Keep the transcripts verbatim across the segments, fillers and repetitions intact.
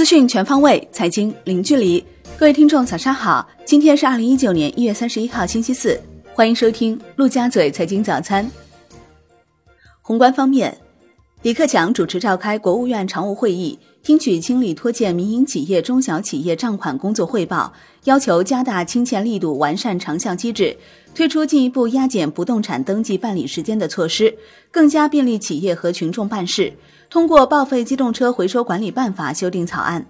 资讯全方位，财经零距离。各位听众早上好，今天是二零一九年一月三十一号星期四，欢迎收听陆家嘴财经早餐。宏观方面，李克强主持召开国务院常务会议，听取清理拖欠民营企业中小企业账款工作汇报，要求加大清欠力度，完善长效机制，推出进一步压减不动产登记办理时间的措施，更加便利企业和群众办事，通过报废机动车回收管理办法修订草案。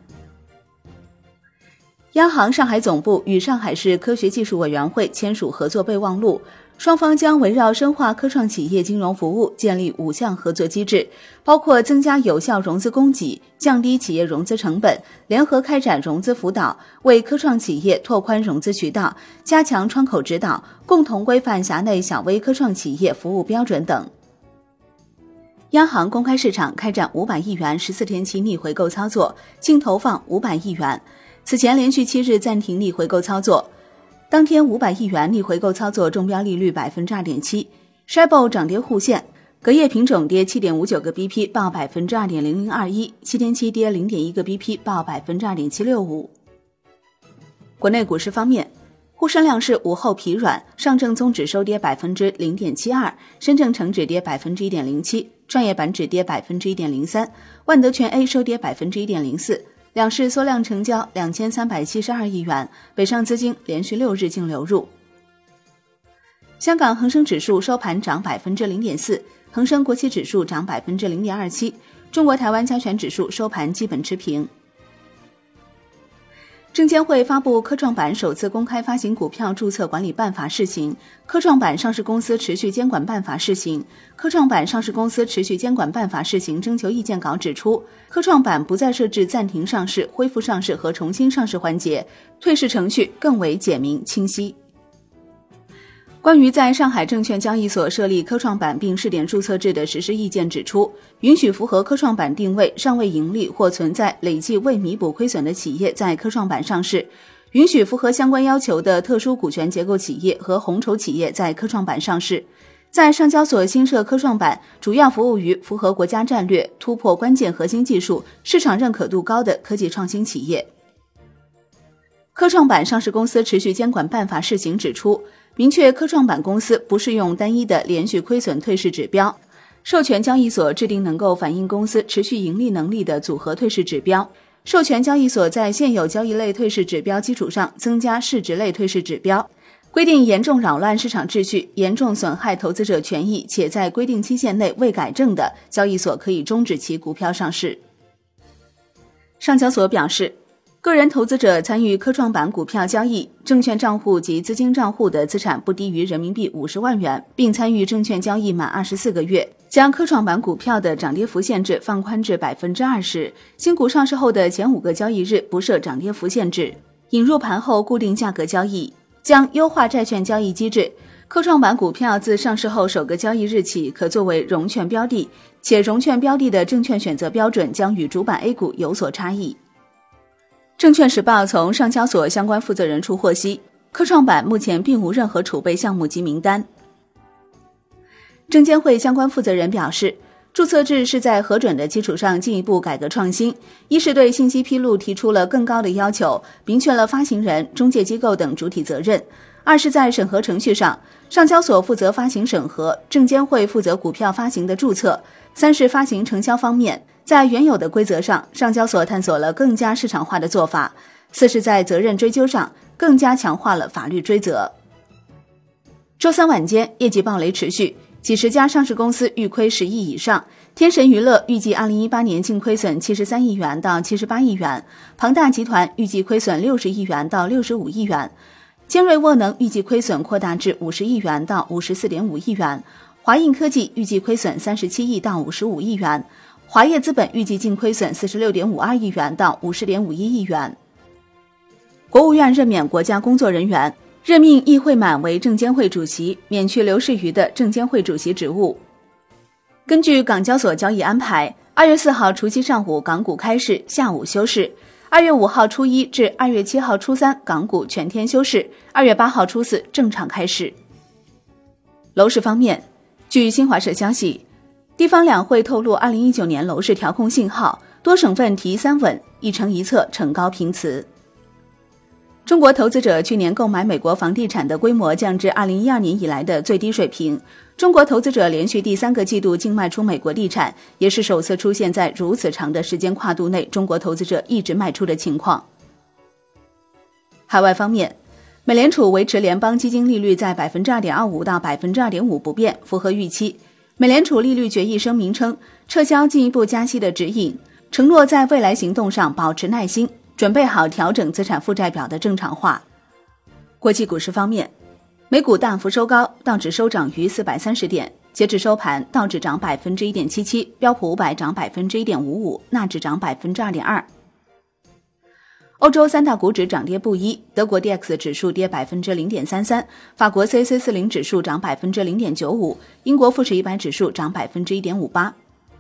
央行上海总部与上海市科学技术委员会签署合作备忘录，双方将围绕深化科创企业金融服务建立五项合作机制，包括增加有效融资供给，降低企业融资成本，联合开展融资辅导，为科创企业拓宽融资渠道，加强窗口指导，共同规范辖内小微科创企业服务标准等。央行公开市场开展五百亿元十四天期逆回购操作，净投放五百亿元。此前连续七日暂停逆回购操作，当天五百亿元逆回购操作中标利率 百分之二点七， S H I B O 涨跌互现，隔夜品种跌 七点五九 个 B P 报 百分之二点零零二一， 七天期跌 零点一 个 B P 报 百分之二点七六五。国内股市方面，沪深两市午后疲软，上证综指收跌 百分之零点七二， 深证成指跌 百分之一点零七， 创业板指跌 百分之一点零三， 万德全 A 收跌 百分之一点零四，两市缩量成交两千三百七十二亿元，北上资金连续六日净流入。香港恒生指数收盘涨 百分之零点四， 恒生国企指数涨 百分之零点二七， 中国台湾加权指数收盘基本持平。证监会发布科创板首次公开发行股票注册管理办法试行，科创板上市公司持续监管办法试行。科创板上市公司持续监管办法试行征求意见稿指出，科创板不再设置暂停上市、恢复上市和重新上市环节，退市程序更为简明清晰。关于在上海证券交易所设立科创板并试点注册制的实施意见指出，允许符合科创板定位、尚未盈利或存在累计未弥补亏损的企业在科创板上市，允许符合相关要求的特殊股权结构企业和红筹企业在科创板上市。在上交所新设科创板，主要服务于符合国家战略、突破关键核心技术、市场认可度高的科技创新企业。科创板上市公司持续监管办法试行指出，明确科创板公司不适用单一的连续亏损退市指标，授权交易所制定能够反映公司持续盈利能力的组合退市指标，授权交易所在现有交易类退市指标基础上增加市值类退市指标，规定严重扰乱市场秩序、严重损害投资者权益且在规定期限内未改正的，交易所可以终止其股票上市。上交所表示，个人投资者参与科创板股票交易，证券账户及资金账户的资产不低于人民币五十万元，并参与证券交易满二十四个月，将科创板股票的涨跌幅限制放宽至 百分之二十， 新股上市后的前五个交易日不设涨跌幅限制，引入盘后固定价格交易，将优化债券交易机制。科创板股票自上市后首个交易日起可作为融券标的，且融券标的的证券选择标准将与主板 A 股有所差异。证券时报从上交所相关负责人处获悉，科创板目前并无任何储备项目及名单。证监会相关负责人表示，注册制是在核准的基础上进一步改革创新，一是对信息披露提出了更高的要求，明确了发行人、中介机构等主体责任；二是在审核程序上，上交所负责发行审核，证监会负责股票发行的注册；三是发行承销方面，在原有的规则上，上交所探索了更加市场化的做法；四是在责任追究上，更加强化了法律追责。周三晚间，业绩暴雷持续，几十家上市公司预亏十亿以上。天神娱乐预计二零一八年净亏损七十三亿元到七十八亿元，庞大集团预计亏损六十亿元到六十五亿元，尖锐沃能预计亏损扩大至五十亿元到五十四点五亿元，华映科技预计亏损三十七亿到五十五亿元，华业资本预计净亏损 四十六点五二亿元到 五十点五一亿元。国务院任免国家工作人员，任命易会满为证监会主席，免去刘士余的证监会主席职务。根据港交所交易安排，二月四号除夕上午港股开市，下午休市；二月五号初一至二月七号初三港股全天休市，二月八号初四正常开市。楼市方面，据新华社消息，地方两会透露二零一九年楼市调控信号，多省份提三稳， 一城一策呈高频词。中国投资者去年购买美国房地产的规模降至二零一二年以来的最低水平。中国投资者连续第三个季度净卖出美国地产，也是首次出现在如此长的时间跨度内，中国投资者一直卖出的情况。海外方面，美联储维持联邦基金利率在 百分之二点二五 到 百分之二点五 不变，符合预期。美联储利率决议声明称，撤销进一步加息的指引，承诺在未来行动上保持耐心，准备好调整资产负债表的正常化。国际股市方面，美股大幅收高，道指收涨逾四百三十点，截至收盘，道指涨 百分之一点七七， 标普五百涨 百分之一点五五， 纳指涨 百分之二点二。欧洲三大股指涨跌不一，德国 D X 指数跌 百分之零点三三， 法国 C C 四十 指数涨 百分之零点九五， 英国富时一百指数涨 百分之一点五八。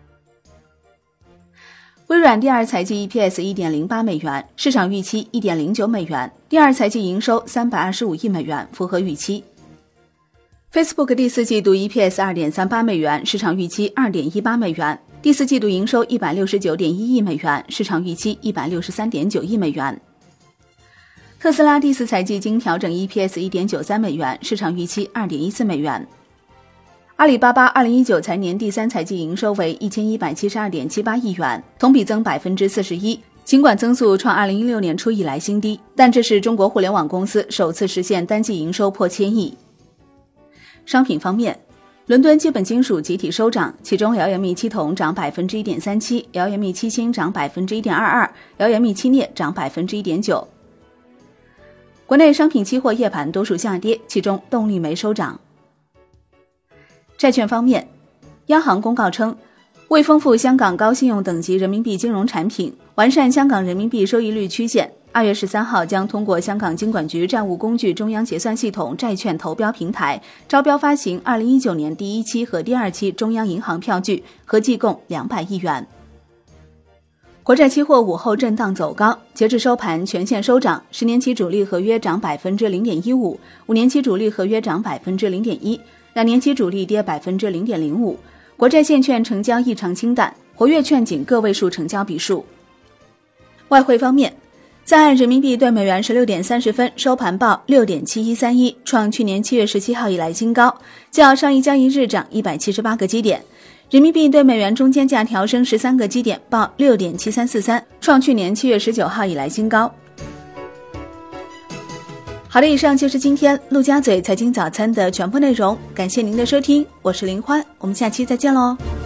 微软第二财季 E P S 一点零八美元，市场预期 一点零九美元，第二财季营收三百二十五亿美元，符合预期。Facebook 第四季度 E P S 二点三八美元，市场预期 二点一八美元，第四季度营收一百六十九点一亿美元，市场预期一百六十三点九亿美元。特斯拉第四财季经调整 E P S 一点九三美元，市场预期 二点一四美元。阿里巴巴二零一九财年第三财季营收为一千一百七十二点七八亿元，同比增 百分之四十一， 尽管增速创二零一六年初以来新低，但这是中国互联网公司首次实现单季营收破千亿。商品方面，伦敦基本金属集体收涨，其中辽盐密七铜涨 百分之一点三七， 辽盐密七锌涨 百分之一点二二， 辽盐密七镍涨 百分之一点九。国内商品期货夜盘多数下跌，其中动力煤收涨。债券方面，央行公告称，为丰富香港高信用等级人民币金融产品，完善香港人民币收益率曲线，二月十三号将通过香港金管局债务工具中央结算系统债券投标平台招标发行二零一九年第一期和第二期中央银行票据，合计共两百亿元。国债期货午后震荡走高，截至收盘全线收涨，十年期主力合约涨 百分之零点一五， 五年期主力合约涨 百分之零点一，两年期主力跌 百分之零点零五， 国债现券成交异常清淡，活跃券仅个位数成交笔数。外汇方面，在岸人民币对美元十六点三十分收盘报 六点七一三一， 创去年七月十七号以来新高，较上一交易日涨一百七十八个基点。人民币对美元中间价调升十三个基点，报 六点七三四三， 创去年七月十九号以来新高。好的，以上就是今天陆家嘴财经早餐的全部内容，感谢您的收听，我是林欢，我们下期再见喽。